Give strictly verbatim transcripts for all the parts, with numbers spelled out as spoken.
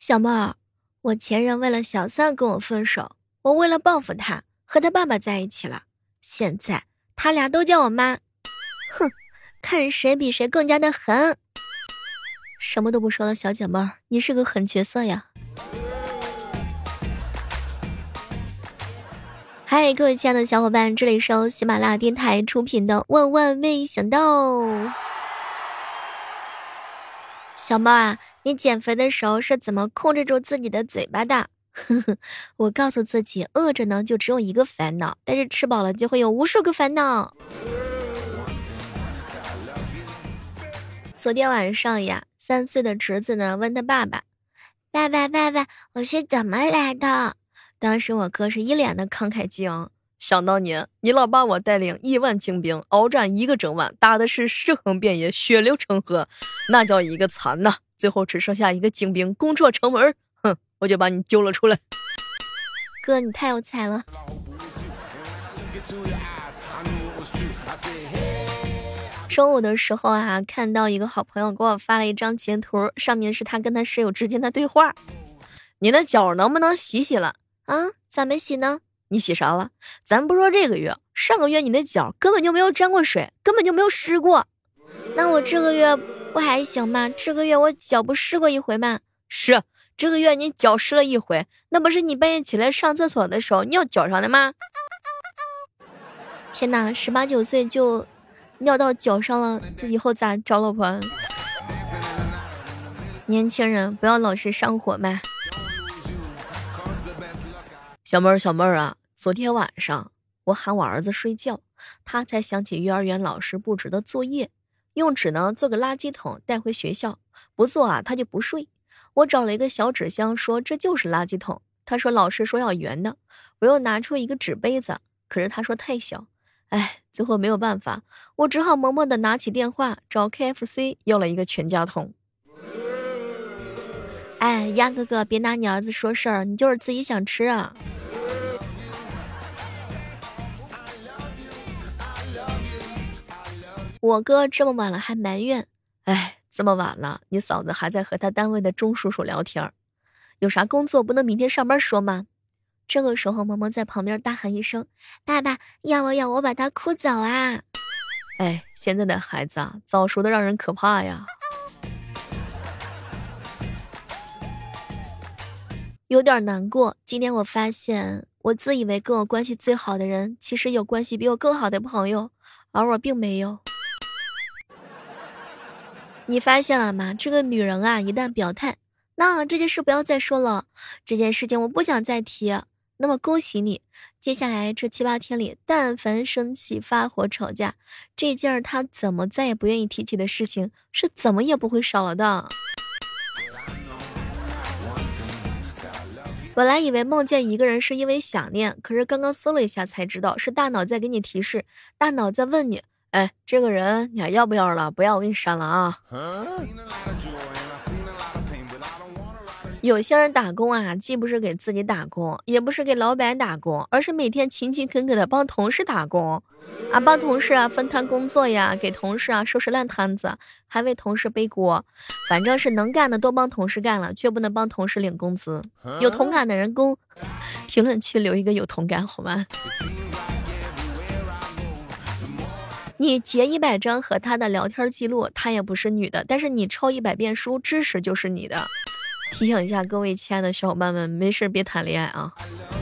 小妹儿，我前任为了小三跟我分手，我为了报复他，和他爸爸在一起了。现在他俩都叫我妈，哼，看谁比谁更加的狠。什么都不说了，小姐妹儿，你是个狠角色呀。嗨，各位亲爱的小伙伴，这里是由喜马拉雅电台出品的《万万没想到》。小妹儿啊，你减肥的时候是怎么控制住自己的嘴巴的？呵呵，我告诉自己，饿着呢就只有一个烦恼，但是吃饱了就会有无数个烦恼。昨天晚上呀，三岁的侄子呢问他爸爸：“爸爸爸爸，我是怎么来的？”当时我哥是一脸的慷慨激昂。 想当年，你老爸我带领亿万精兵，鏖战一个整晚，打的是尸横遍野，血流成河，那叫一个惨呐！最后只剩下一个精兵攻破城门，哼，我就把你揪了出来。 哥，你太有才了。中午的时候啊，看到一个好朋友给我发了一张截图，上面是他跟他室友之间的对话。 你的脚能不能洗洗了啊？咋没洗呢？ 你洗啥了？咱不说这个月，上个月你的脚根本就没有沾过水，根本就没有湿过。 那我这个月不还行吗？这个月我脚不湿过一回吗？ 是，这个月你脚湿了一回，那不是你半夜起来上厕所的时候尿脚上的吗？ 天哪，十八九岁就尿到脚上了，这以后咋找老婆？年轻人不要老是上火嘛。 小妹儿小妹儿啊，昨天晚上我喊我儿子睡觉，他才想起幼儿园老师布置的作业，用纸呢做个垃圾桶带回学校，不做啊他就不睡。我找了一个小纸箱，说这就是垃圾桶，他说老师说要圆的，我又拿出一个纸杯子，可是他说太小。哎，最后没有办法，我只好默默地拿起电话找 K F C 要了一个全家桶。 哎，鸭哥哥，别拿你儿子说事儿，你就是自己想吃啊。我哥这么晚了还埋怨， 哎，这么晚了，你嫂子还在和他单位的钟叔叔聊天，有啥工作不能明天上班说吗？ 这个时候萌萌在旁边大喊一声：“爸爸，要我要我把他哭走啊！” 哎，现在的孩子啊，早熟的让人可怕呀。 有点难过，今天我发现我自以为跟我关系最好的人，其实有关系比我更好的朋友，而我并没有。你发现了吗？这个女人啊，一旦表态，那这件事不要再说了，这件事情我不想再提。那么恭喜你，接下来这七八天里，但凡生气发火吵架，这件儿他怎么再也不愿意提起的事情，是怎么也不会少了的。本来以为梦见一个人是因为想念，可是刚刚搜了一下才知道，是大脑在给你提示，大脑在问你， 哎，这个人你还要不要了？不要我给你删了啊。 有些人打工啊，既不是给自己打工，也不是给老板打工，而是每天勤勤恳恳的帮同事打工啊，帮同事啊分摊工作呀，给同事啊收拾烂摊子，还为同事背锅。反正是能干的都帮同事干了，却不能帮同事领工资。有同感的人工评论区留一个有同感好吗？你截一百张和他的聊天记录，他也不是女的，但是你抄一百遍书，知识就是你的。提醒一下各位亲爱的小伙伴们，没事别谈恋爱啊。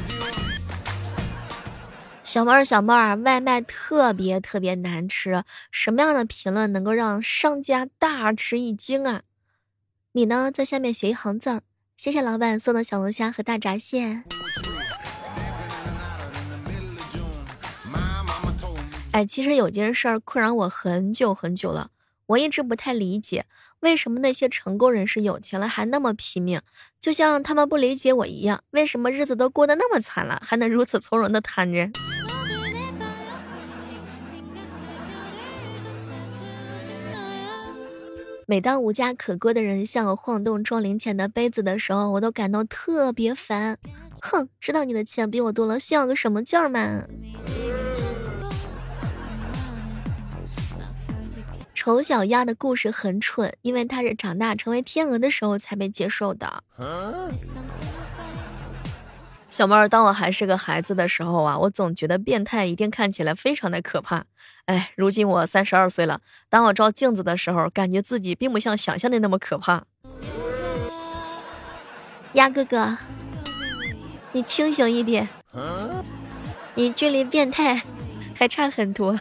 小妹儿小妹儿，外卖特别特别难吃，什么样的评论能够让商家大吃一惊啊？你呢，在下面写一行字儿，谢谢老板送的小龙虾和大闸蟹。哎，其实有件事儿困扰我很久很久了，我一直不太理解，为什么那些成功人士有钱了还那么拼命，就像他们不理解我一样，为什么日子都过得那么惨了，还能如此从容的摊着。每当无家可归的人向我晃动装零钱的杯子的时候，我都感到特别烦。哼，知道你的钱比我多了，炫耀个什么劲儿嘛？ 丑小鸭的故事很蠢，因为它是长大成为天鹅的时候才被接受的。 小妹儿，当我还是个孩子的时候啊，我总觉得变态一定看起来非常的可怕。哎，如今我三十二岁了，当我照镜子的时候，感觉自己并不像想象的那么可怕。 鸭哥哥，你清醒一点，你距离变态还差很多。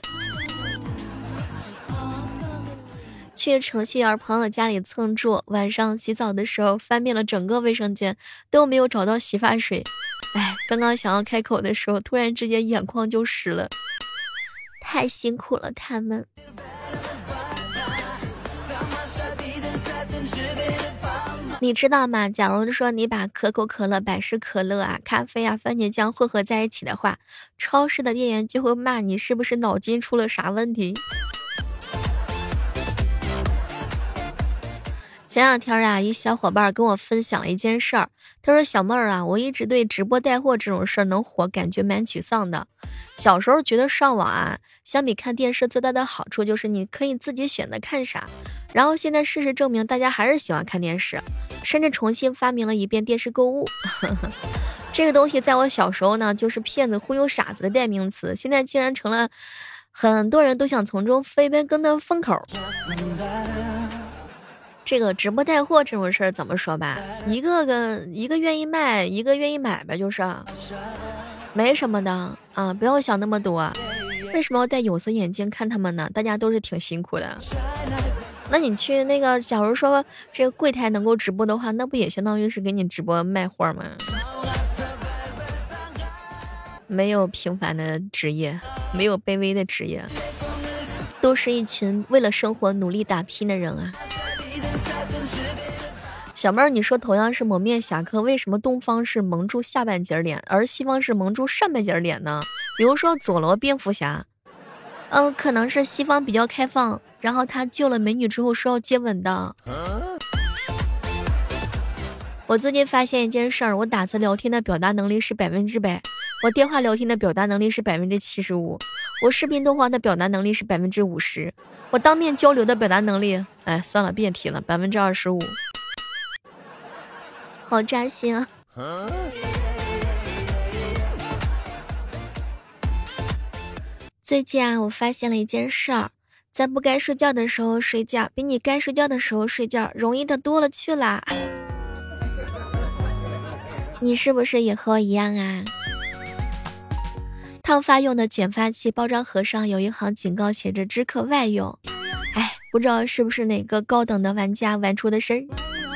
去程序员朋友家里蹭住，晚上洗澡的时候翻遍了整个卫生间，都没有找到洗发水。哎，刚刚想要开口的时候，突然之间眼眶就湿了。太辛苦了他们。你知道吗？假如说你把可口可乐、百事可乐啊、咖啡啊、番茄酱混合在一起的话，超市的店员就会骂你是不是脑筋出了啥问题。前两天啊，一小伙伴跟我分享了一件事儿，他说：“小妹儿啊，我一直对直播带货这种事儿能火，感觉蛮沮丧的。小时候觉得上网啊，相比看电视最大的好处就是你可以自己选择看啥，然后现在事实证明，大家还是喜欢看电视，甚至重新发明了一遍电视购物。这个东西在我小时候呢，就是骗子忽悠傻子的代名词，现在竟然成了很多人都想从中飞奔跟的风口。”这个直播带货这种事儿怎么说吧，一个个一个愿意卖，一个愿意买吧，就是没什么的啊，不要想那么多。为什么要戴有色眼镜看他们呢？大家都是挺辛苦的。那你去那个，假如说这个柜台能够直播的话，那不也相当于是给你直播卖货吗？没有平凡的职业，没有卑微的职业，都是一群为了生活努力打拼的人啊。小妹儿，你说同样是蒙面侠客，为什么东方是蒙住下半截脸，而西方是蒙住上半截脸呢？比如说佐罗蝙蝠侠，嗯、呃，可能是西方比较开放，然后他救了美女之后说要接吻的。我最近发现一件事儿，我打字聊天的表达能力是百分之百，我电话聊天的表达能力是百分之七十五，我视频通话的表达能力是百分之五十，我当面交流的表达能力，哎，算了，别提了，百分之二十五。好扎心啊！最近啊，我发现了一件事儿，在不该睡觉的时候睡觉，比你该睡觉的时候睡觉容易的多了去了。你是不是也和我一样啊？烫发用的卷发器包装盒上有一行警告，写着只可外用。哎，不知道是不是哪个高等的玩家玩出的事儿。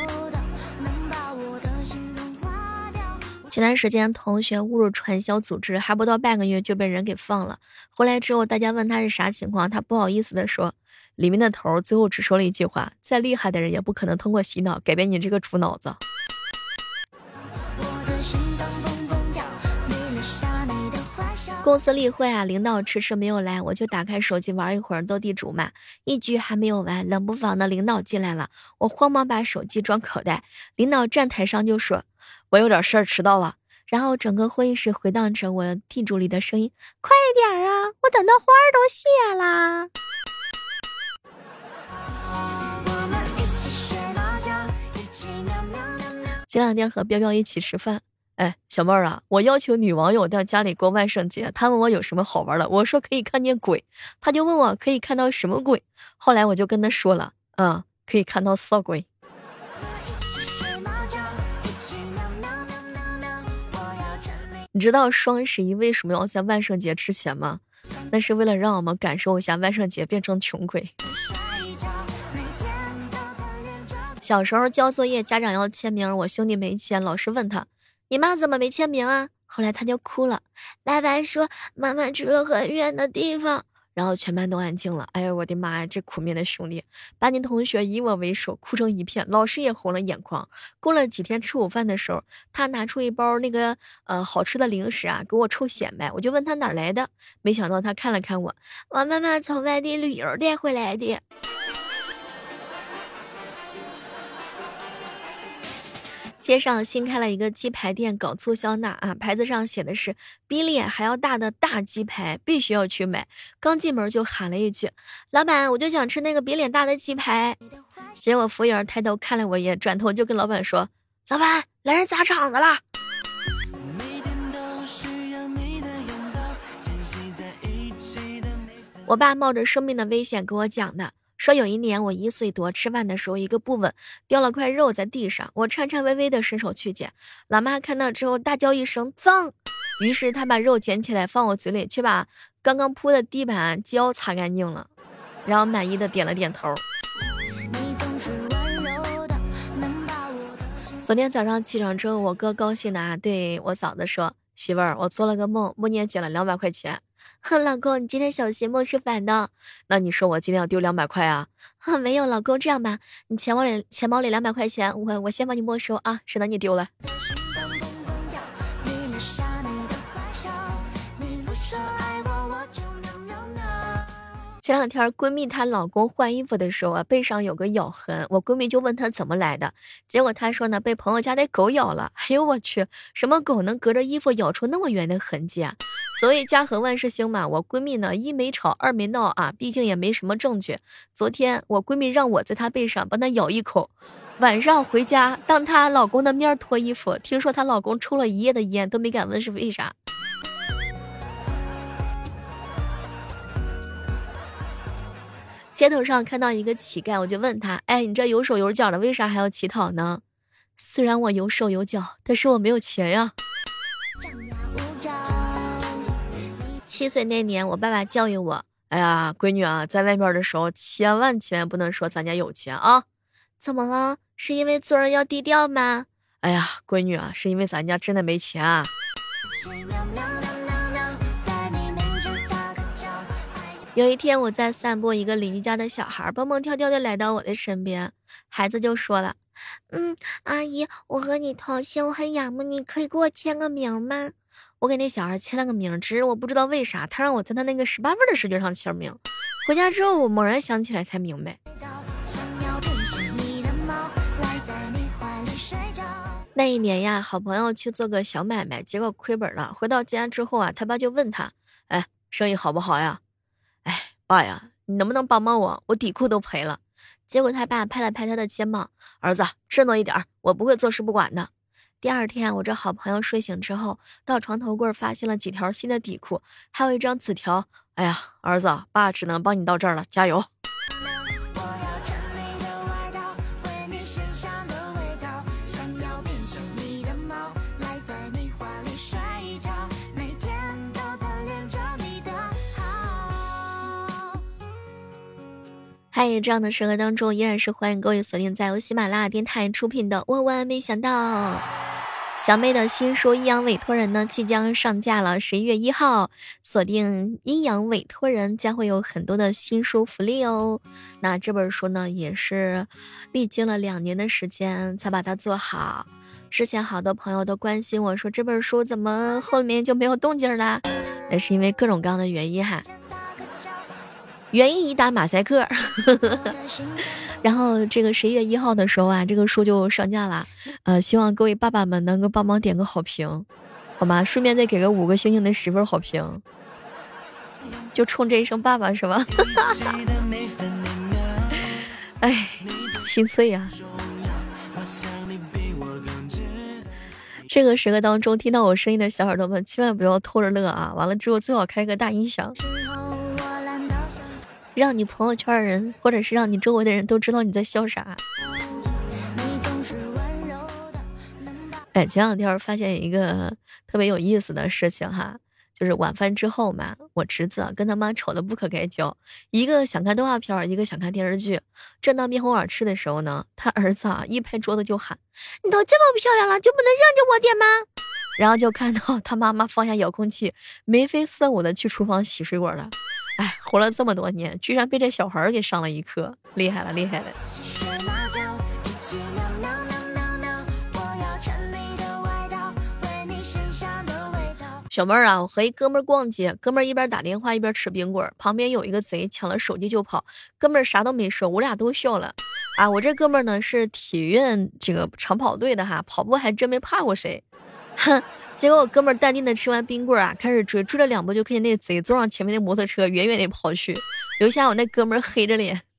前段时间同学误入传销组织，还不到半个月就被人给放了。回来之后大家问他是啥情况，他不好意思的说，里面的头最后只说了一句话，再厉害的人也不可能通过洗脑改变你这个猪脑子。公司例会啊，领导迟迟没有来，我就打开手机玩一会儿斗地主嘛。一局还没有完，冷不防的领导进来了，我慌忙把手机装口袋。领导站台上就说，我有点事儿迟到了。然后整个会议室回荡着我地主里的声音，快点啊，我等到花儿都谢啦。前两天和彪彪一起吃饭，哎，小妹儿啊，我要求女网友到家里过万圣节，他问我有什么好玩的，我说可以看见鬼，他就问我可以看到什么鬼，后来我就跟他说了，嗯，可以看到色鬼。你知道双十一为什么要在万圣节之前吗？那是为了让我们感受一下万圣节变成穷鬼。小时候交作业，家长要签名，我兄弟没签，老师问他，你妈怎么没签名啊？后来他就哭了，爸爸说妈妈去了很远的地方。然后全班都安静了。哎呦我的妈呀，这苦命的兄弟！班级同学以我为首，哭成一片，老师也红了眼眶。过了几天吃午饭的时候，他拿出一包那个呃好吃的零食啊，给我臭显摆。我就问他哪来的，没想到他看了看我，我妈妈从外地旅游带回来的。 街上新开了一个鸡排店，搞促销呢啊！牌子上写的是比脸还要大的大鸡排，必须要去买。刚进门就喊了一句：“老板，我就想吃那个比脸大的鸡排。”结果服务员抬头看了我一眼，转头就跟老板说：“老板，来人砸场子了。”我爸冒着生命的危险给我讲的，说有一年我一岁多，吃饭的时候一个不稳，掉了块肉在地上，我颤颤巍巍的伸手去捡，老妈看到之后大叫一声脏，于是她把肉捡起来放我嘴里，却把刚刚铺的地板胶擦干净了，然后满意的点了点头。昨天早上起床之后，我哥高兴的啊对我嫂子说：“媳妇儿，我做了个梦，梦见捡了两百块钱。”哼，老公，你今天小心梦是反的。那你说我今天要丢两百块啊？哼，没有，老公，这样吧，你钱包里钱包里两百块钱，我我先帮你没收啊，省得你丢了。前两天闺蜜她老公换衣服的时候啊，背上有个咬痕，我闺蜜就问她怎么来的，结果她说呢，被朋友家的狗咬了。哎呦我去，什么狗能隔着衣服咬出那么圆的痕迹啊？所以家和万事兴嘛，我闺蜜呢一没吵二没闹啊，毕竟也没什么证据。昨天我闺蜜让我在她背上帮她咬一口，晚上回家当她老公的面脱衣服，听说她老公抽了一夜的烟都没敢问是为啥。街头上看到一个乞丐，我就问他：“哎，你这有手有脚的，为啥还要乞讨呢？”虽然我有手有脚，但是我没有钱呀。七岁那年，我爸爸教育我：“哎呀，闺女啊，在外面的时候，千万千万不能说咱家有钱啊。”怎么了？是因为做人要低调吗？哎呀，闺女啊，是因为咱家真的没钱啊。有一天我在散步，一个邻居家的小孩蹦蹦跳跳的来到我的身边，孩子就说了：“嗯，阿姨，我和你同姓，我很仰慕你，可以给我签个名吗？”我给那小孩签了个名，只是我不知道为啥他让我在他那个十八份的试卷上签名。回家之后我猛然想起来才明白，那一年呀，好朋友去做个小买卖，结果亏本了。回到家之后啊，他爸就问他：“哎，生意好不好呀？”“哎，爸呀，你能不能帮帮我？我底裤都赔了。”结果他爸拍了拍他的肩膀：“儿子，振作一点，我不会坐视不管的。”第二天，我这好朋友睡醒之后，到床头柜发现了几条新的底裤，还有一张纸条：“哎呀，儿子，爸只能帮你到这儿了，加油。”嗨，这样的时刻当中，依然是欢迎各位锁定在由喜马拉雅电台出品的《万万没想到》。小妹的新书《阴阳委托人》呢，即将上架了，十一月一号，锁定《阴阳委托人》将会有很多的新书福利哦。那这本书呢，也是历经了两年的时间才把它做好。之前好多朋友都关心我说，这本书怎么后面就没有动静啦？那是因为各种各样的原因哈。原因已打马赛克。然后这个十一月一号的时候啊，这个书就上架了，呃，希望各位爸爸们能够帮忙点个好评，好吗？顺便再给个五个星星的十分好评，就冲这一声爸爸是吧？哎，心碎呀、啊！这个时刻当中，听到我声音的小耳朵们，千万不要偷着乐啊！完了之后，最好开个大音响。让你朋友圈的人，或者是让你周围的人都知道你在笑啥。哎，前两天发现一个特别有意思的事情哈，就是晚饭之后嘛，我侄子跟他妈吵得不可开交，一个想看动画片，一个想看电视剧。正当面红耳赤的时候呢，他儿子啊一拍桌子就喊：“你都这么漂亮了，就不能让着我点吗？”然后就看到他妈妈放下遥控器，眉飞色舞的去厨房洗水果了。哎，活了这么多年，居然被这小孩给上了一课，厉害了，厉害了！ 小妹儿啊，我和一哥们儿逛街，哥们儿一边打电话一边吃冰棍儿，旁边有一个贼抢了手机就跑，哥们儿啥都没说，我俩都笑了。啊，我这哥们儿呢是体院这个长跑队的哈，跑步还真没怕过谁。哼，结果我哥们儿淡定的吃完冰棍儿啊，开始追，追了两步就看见那贼坐上前面的摩托车，远远的跑去，留下我那哥们儿黑着脸。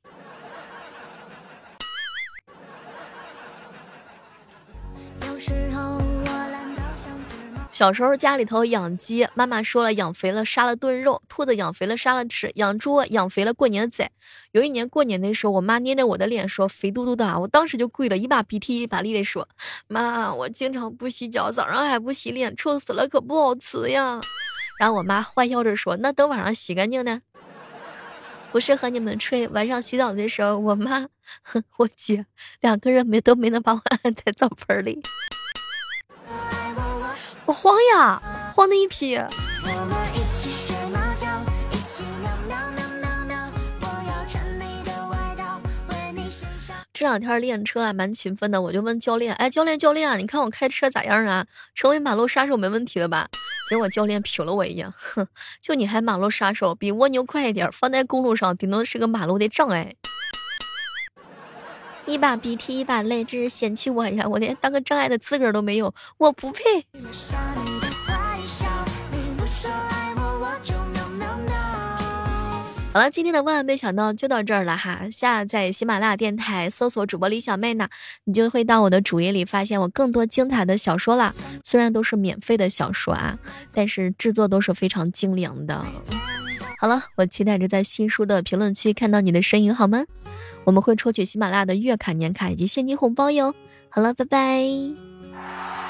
小时候家里头养鸡，妈妈说了养肥了杀了炖肉，兔子养肥了杀了吃，养猪养肥了过年宰。有一年过年的时候，我妈捏着我的脸说肥嘟嘟的啊，我当时就跪了，一把鼻涕一把泪的说，妈，我经常不洗脚，早上还不洗脸，臭死了，可不好吃呀。然后我妈坏笑着说，那等晚上洗干净呢。不是和你们吹，晚上洗澡的时候，我妈我姐两个人没都没能把我按在澡盆里。我慌呀，慌的一批。这两天练车啊，蛮勤奋的，我就问教练，哎，教练教练啊，你看我开车咋样啊？成为马路杀手没问题了吧？结果教练瞟了我一眼，哼，就你还马路杀手，比蜗牛快一点，放在公路上顶多是个马路的障碍。一把鼻涕一把泪，这是嫌弃我呀！我连当个障碍的资格都没有，我不配。好了，今天的万万没想到就到这儿了哈。下载喜马拉雅电台，搜索主播李小妹呢，你就会到我的主页里发现我更多精彩的小说啦。虽然都是免费的小说啊，但是制作都是非常精良的。好了，我期待着在新书的评论区看到你的身影，好吗？我们会抽取喜马拉雅的月卡、年卡以及现金红包哟。好了，拜拜。